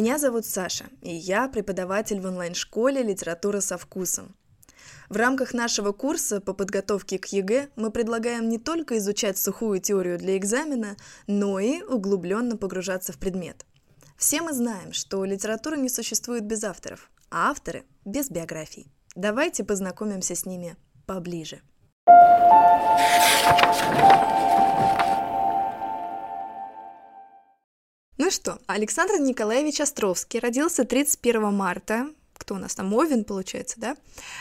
Меня зовут Саша, и я преподаватель в онлайн-школе «Литература со вкусом». В рамках нашего курса по подготовке к ЕГЭ мы предлагаем не только изучать сухую теорию для экзамена, но и углубленно погружаться в предмет. Все мы знаем, что литература не существует без авторов, а авторы – без биографий. Давайте познакомимся с ними поближе. Ну что, Александр Николаевич Островский родился 31 марта, кто у нас там, Овен, получается, да?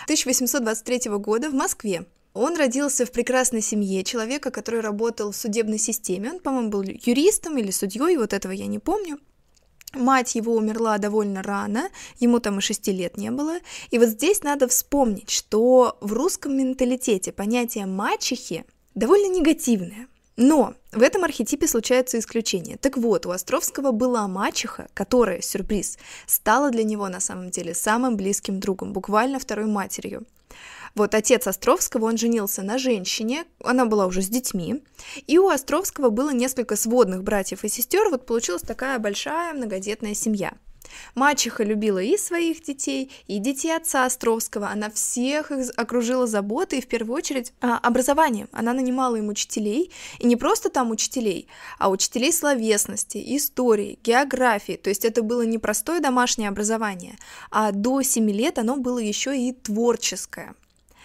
1823 года в Москве. Он родился в прекрасной семье человека, который работал в судебной системе. Он, по-моему, был юристом или судьей, вот этого я не помню. Мать его умерла довольно рано, ему там и 6 лет не было. И вот здесь надо вспомнить, что в русском менталитете понятие мачехи довольно негативное. Но в этом архетипе случаются исключения. Так вот, у Островского была мачеха, которая, сюрприз, стала для него на самом деле самым близким другом, буквально второй матерью. Вот отец Островского, он женился на женщине, она была уже с детьми, и у Островского было несколько сводных братьев и сестер, вот получилась такая большая многодетная семья. Мачеха любила и своих детей, и детей отца Островского, она всех их окружила заботой, и в первую очередь образованием. Она нанимала им учителей, и не просто там учителей, а учителей словесности, истории, географии, то есть это было не простое домашнее образование, а до 7 лет оно было еще и творческое.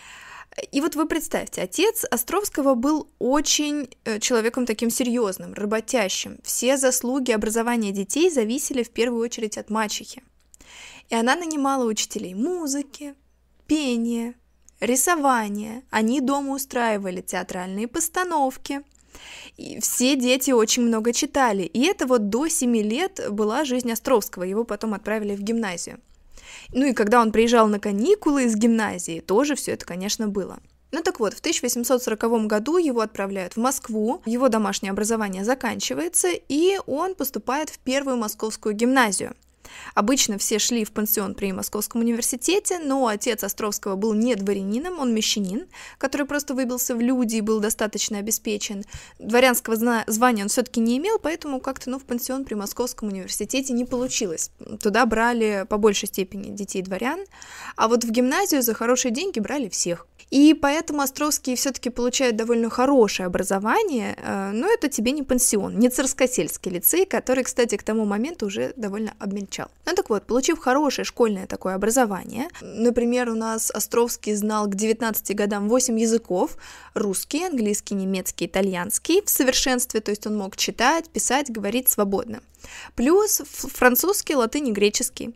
И вот вы представьте, отец Островского был очень человеком таким серьезным, работящим. Все заслуги образования детей зависели в первую очередь от мачехи. И она нанимала учителей музыки, пения, рисования. Они дома устраивали театральные постановки. И все дети очень много читали. И это вот до 7 лет была жизнь Островского. Его потом отправили в гимназию. Ну и когда он приезжал на каникулы из гимназии, тоже все это, конечно, было. Ну так вот, в 1840 году его отправляют в Москву, его домашнее образование заканчивается, и он поступает в первую московскую гимназию. Обычно все шли в пансион при Московском университете, но отец Островского был не дворянином, он мещанин, который просто выбился в люди и был достаточно обеспечен. Дворянского звания он все-таки не имел, поэтому как-то в пансион при Московском университете не получилось. Туда брали по большей степени детей дворян, а вот в гимназию за хорошие деньги брали всех. И поэтому Островский все-таки получает довольно хорошее образование, но это тебе не пансион, не Царскосельский лицей, который, кстати, к тому моменту уже довольно обмельчал. Ну так вот, получив хорошее школьное такое образование, например, у нас Островский знал к 19 годам 8 языков: русский, английский, немецкий, итальянский в совершенстве, то есть он мог читать, писать, говорить свободно. Плюс французский, латынь и греческий.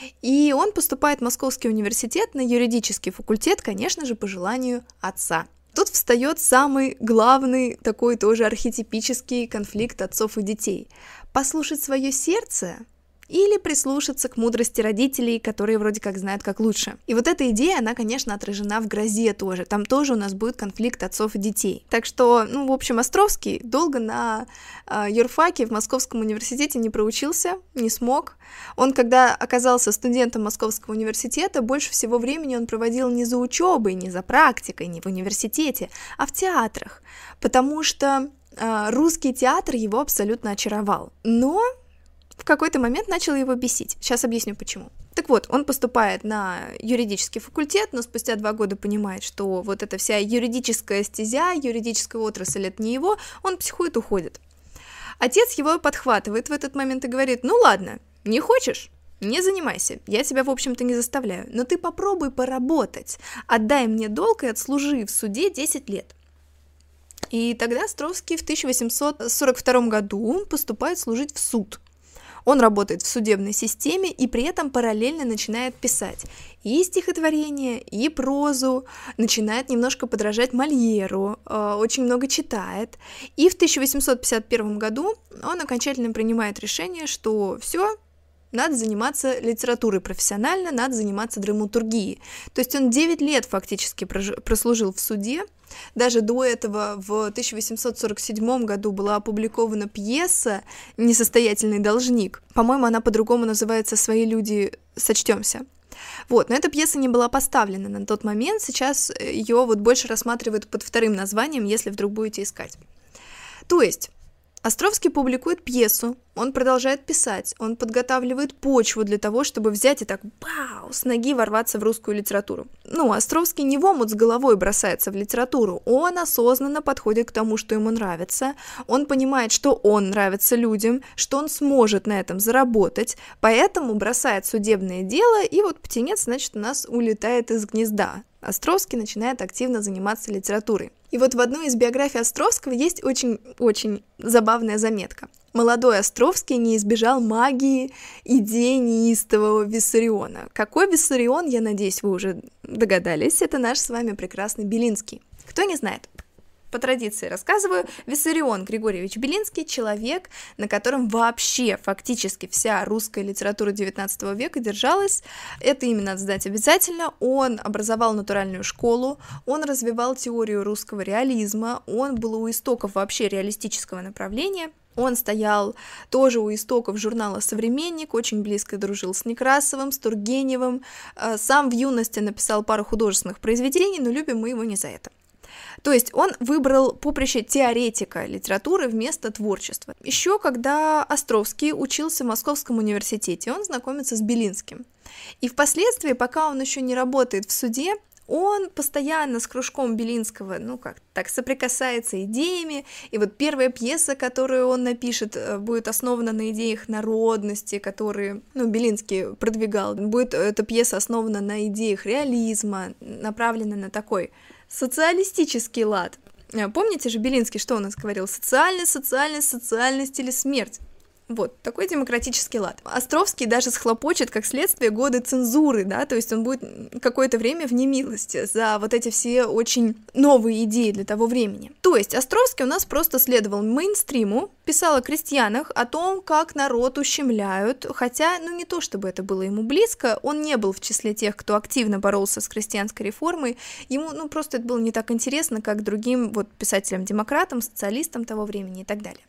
И он поступает в Московский университет на юридический факультет, конечно же, по желанию отца. Тут встает самый главный, такой тоже архетипический конфликт отцов и детей. Послушать свое сердце или прислушаться к мудрости родителей, которые вроде как знают, как лучше. И вот эта идея, она, конечно, отражена в «Грозе» тоже. Там тоже у нас будет конфликт отцов и детей. Так что, в общем, Островский долго на юрфаке в Московском университете не проучился, не смог. Он, когда оказался студентом Московского университета, больше всего времени он проводил не за учебой, не за практикой, не в университете, а в театрах, потому что русский театр его абсолютно очаровал. Но в какой-то момент начал его бесить. Сейчас объясню, почему. Так вот, он поступает на юридический факультет, но спустя 2 года понимает, что вот эта вся юридическая стезя, юридическая отрасль — это не его, он психует, уходит. Отец его подхватывает в этот момент и говорит: ну ладно, не хочешь? Не занимайся, я тебя, в общем-то, не заставляю, но ты попробуй поработать, отдай мне долг и отслужи в суде 10 лет. И тогда Островский в 1842 году поступает служить в суд. Он работает в судебной системе и при этом параллельно начинает писать и стихотворения, и прозу, начинает немножко подражать Мольеру, очень много читает. И в 1851 году он окончательно принимает решение, что все, надо заниматься литературой профессионально, надо заниматься драматургией. То есть он 9 лет фактически прослужил в суде. Даже до этого в 1847 году была опубликована пьеса «Несостоятельный должник». По-моему, она по-другому называется «Свои люди, сочтемся». Вот, но эта пьеса не была поставлена на тот момент, сейчас ее вот больше рассматривают под вторым названием, если вдруг будете искать. То есть Островский публикует пьесу, он продолжает писать, он подготавливает почву для того, чтобы взять и так бау, с ноги ворваться в русскую литературу. Островский не в омут с головой бросается в литературу, он осознанно подходит к тому, что ему нравится, он понимает, что он нравится людям, что он сможет на этом заработать, поэтому бросает судебное дело, и вот птенец, значит, у нас улетает из гнезда. Островский начинает активно заниматься литературой. И вот в одной из биографий Островского есть очень забавная заметка. Молодой Островский не избежал магии идей неистового Виссариона. Какой Виссарион, я надеюсь, вы уже догадались, это наш с вами прекрасный Белинский. Кто не знает, по традиции рассказываю, Виссарион Григорьевич Белинский — человек, на котором вообще фактически вся русская литература XIX века держалась. Это имя надо знать обязательно. Он образовал натуральную школу, он развивал теорию русского реализма, он был у истоков вообще реалистического направления. Он стоял тоже у истоков журнала «Современник», очень близко дружил с Некрасовым, с Тургеневым, сам в юности написал пару художественных произведений, но любим мы его не за это. То есть он выбрал поприще теоретика литературы вместо творчества. Еще когда Островский учился в Московском университете, он знакомится с Белинским. И впоследствии, пока он еще не работает в суде, он постоянно с кружком Белинского, соприкасается идеями, и вот первая пьеса, которую он напишет, будет основана на идеях народности, которые, Белинский продвигал, будет эта пьеса основана на идеях реализма, направлена на такой социалистический лад. Помните же, Белинский что у нас говорил? Социальность или смерть. Вот, такой демократический лад. Островский даже схлопочет, как следствие, годы цензуры, да, то есть он будет какое-то время в немилости за вот эти все очень новые идеи для того времени. То есть Островский у нас просто следовал мейнстриму, писал о крестьянах, о том, как народ ущемляют, хотя, не то чтобы это было ему близко, он не был в числе тех, кто активно боролся с крестьянской реформой, ему, просто это было не так интересно, как другим вот писателям-демократам, социалистам того времени и так далее.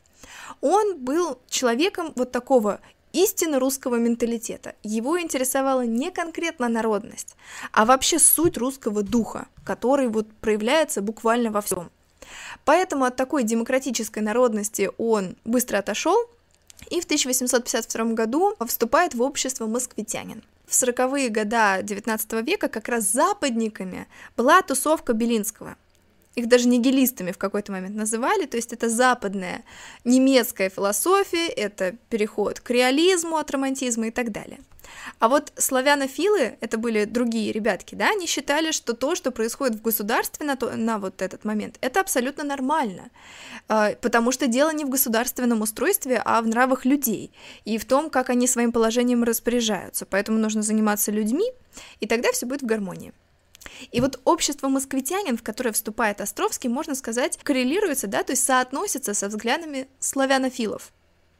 Он был человеком вот такого истинно русского менталитета. Его интересовала не конкретно народность, а вообще суть русского духа, который вот проявляется буквально во всем. Поэтому от такой демократической народности он быстро отошел и в 1852 году вступает в общество «Москвитянин». В 40-е годы XIX века как раз западниками была тусовка Белинского. Их даже нигилистами в какой-то момент называли, то есть это западная немецкая философия, это переход к реализму от романтизма и так далее. А вот славянофилы, это были другие ребятки, да, они считали, что то, что происходит в государстве на вот этот момент, это абсолютно нормально, потому что дело не в государственном устройстве, а в нравах людей и в том, как они своим положением распоряжаются, поэтому нужно заниматься людьми, и тогда все будет в гармонии. И вот общество москвитянин, в которое вступает Островский, можно сказать, коррелируется, да, то есть соотносится со взглядами славянофилов.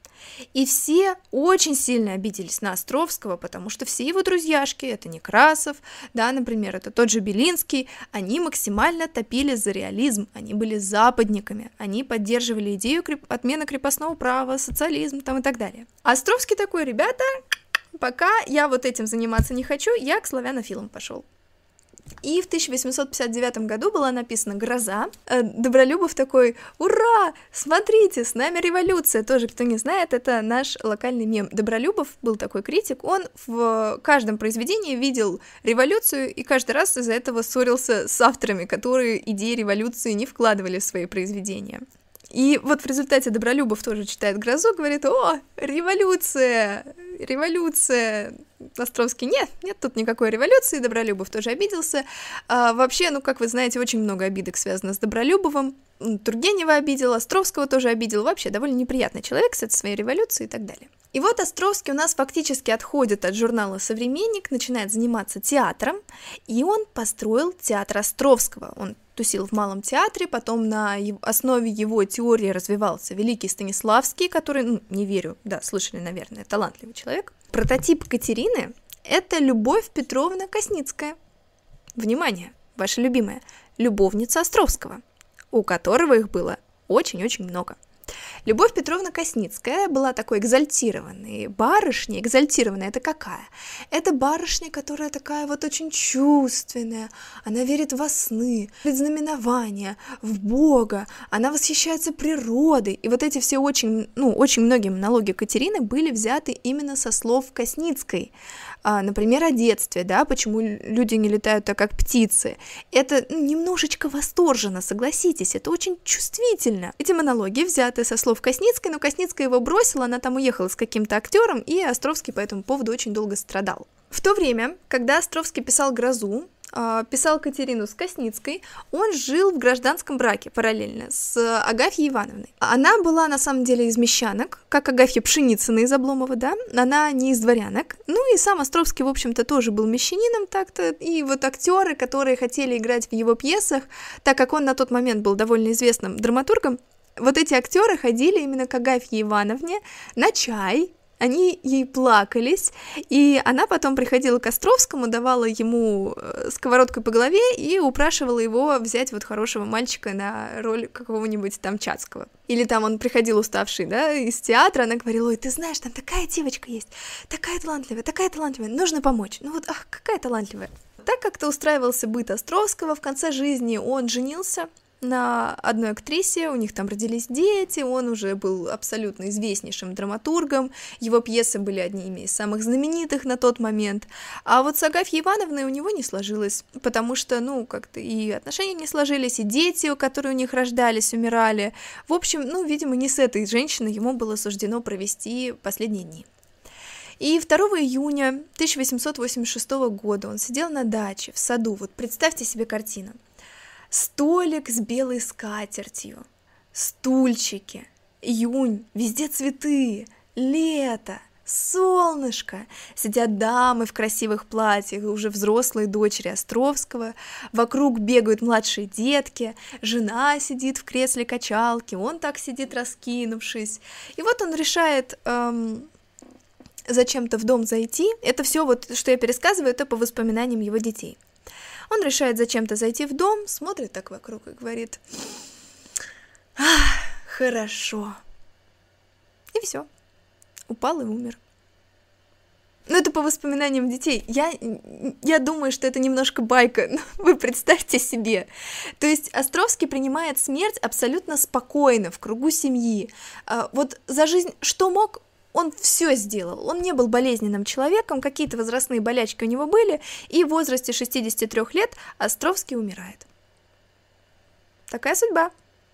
И все очень сильно обиделись на Островского, потому что все его друзьяшки, это Некрасов, да, например, это тот же Белинский, они максимально топили за реализм, они были западниками, они поддерживали идею отмены крепостного права, социализм там и так далее. А Островский такой: ребята, пока я вот этим заниматься не хочу, я к славянофилам пошел. И в 1859 году была написана «Гроза». Добролюбов такой: ура, смотрите, с нами революция. Тоже, кто не знает, это наш локальный мем. Добролюбов был такой критик, он в каждом произведении видел революцию и каждый раз из-за этого ссорился с авторами, которые идеи революции не вкладывали в свои произведения. И вот в результате Добролюбов тоже читает «Грозу», говорит: о, революция. Островский: нет, тут никакой революции. Добролюбов тоже обиделся. Вообще, как вы знаете, очень много обидок связано с Добролюбовым. Тургенева обидел, Островского тоже обидел. Вообще, довольно неприятный человек с этой своей революцией и так далее. И вот Островский у нас фактически отходит от журнала «Современник», начинает заниматься театром, и он построил театр Островского. Он тусил в Малом театре, потом на основе его теории развивался великий Станиславский, который, не верю, да, слышали, наверное, талантливый человек. Прототип Катерины — это Любовь Петровна Косницкая. Внимание, ваша любимая, любовница Островского, у которого их было очень-очень много. Любовь Петровна Косницкая была такой экзальтированной барышней. Экзальтированная — это какая? Это барышня, которая такая вот очень чувственная, она верит во сны, в знаменования, в Бога, она восхищается природой. И вот эти все очень многие монологи Катерины были взяты именно со слов Косницкой. Например, о детстве, да, почему люди не летают так, как птицы. Это немножечко восторженно, согласитесь, это очень чувствительно. Эти монологи взяты со слов Косницкой, но Косницкая его бросила, она там уехала с каким-то актером, и Островский по этому поводу очень долго страдал. В то время, когда Островский писал «Грозу», писал Катерину с Косницкой, он жил в гражданском браке параллельно с Агафьей Ивановной. Она была на самом деле из мещанок, как Агафья Пшеницына из Обломова, да, она не из дворянок. Ну и сам Островский, в общем-то, тоже был мещанином так-то, и вот актеры, которые хотели играть в его пьесах, так как он на тот момент был довольно известным драматургом, вот эти актеры ходили именно к Агафье Ивановне на чай. Они ей плакались, и она потом приходила к Островскому, давала ему сковородкой по голове и упрашивала его взять вот хорошего мальчика на роль какого-нибудь там Чацкого. Или там он приходил уставший, да, из театра, она говорила: ой, ты знаешь, там такая девочка есть, такая талантливая, нужно помочь. Ну вот, какая талантливая. Так как-то устраивался быт Островского, в конце жизни он женился на одной актрисе, у них там родились дети, он уже был абсолютно известнейшим драматургом, его пьесы были одними из самых знаменитых на тот момент, а вот с Агафьей Ивановной у него не сложилось, потому что, как-то и отношения не сложились, и дети, которые у них рождались, умирали, в общем, видимо, не с этой женщиной ему было суждено провести последние дни. И 2 июня 1886 года он сидел на даче в саду, вот представьте себе картину. Столик с белой скатертью, стульчики, июнь, везде цветы, лето, солнышко, сидят дамы в красивых платьях, уже взрослые дочери Островского, вокруг бегают младшие детки, жена сидит в кресле качалки, он так сидит, раскинувшись, и вот он решает зачем-то в дом зайти, это все вот, что я пересказываю, это по воспоминаниям его детей. Он решает зачем-то зайти в дом, смотрит так вокруг и говорит: хорошо. И все. Упал и умер. Это по воспоминаниям детей. Я думаю, что это немножко байка, но вы представьте себе. То есть Островский принимает смерть абсолютно спокойно, в кругу семьи. Вот за жизнь что мог, он все сделал, он не был болезненным человеком, какие-то возрастные болячки у него были, и в возрасте 63 лет Островский умирает. Такая судьба.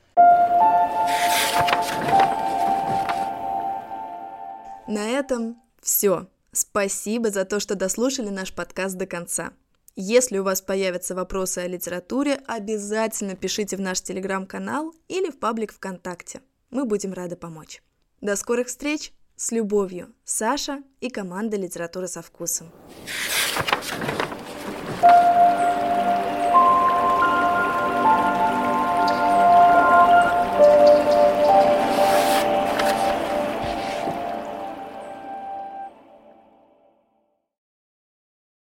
На этом все. Спасибо за то, что дослушали наш подкаст до конца. Если у вас появятся вопросы о литературе, обязательно пишите в наш телеграм-канал или в паблик ВКонтакте. Мы будем рады помочь. До скорых встреч! С любовью, Саша и команда «Литература со вкусом».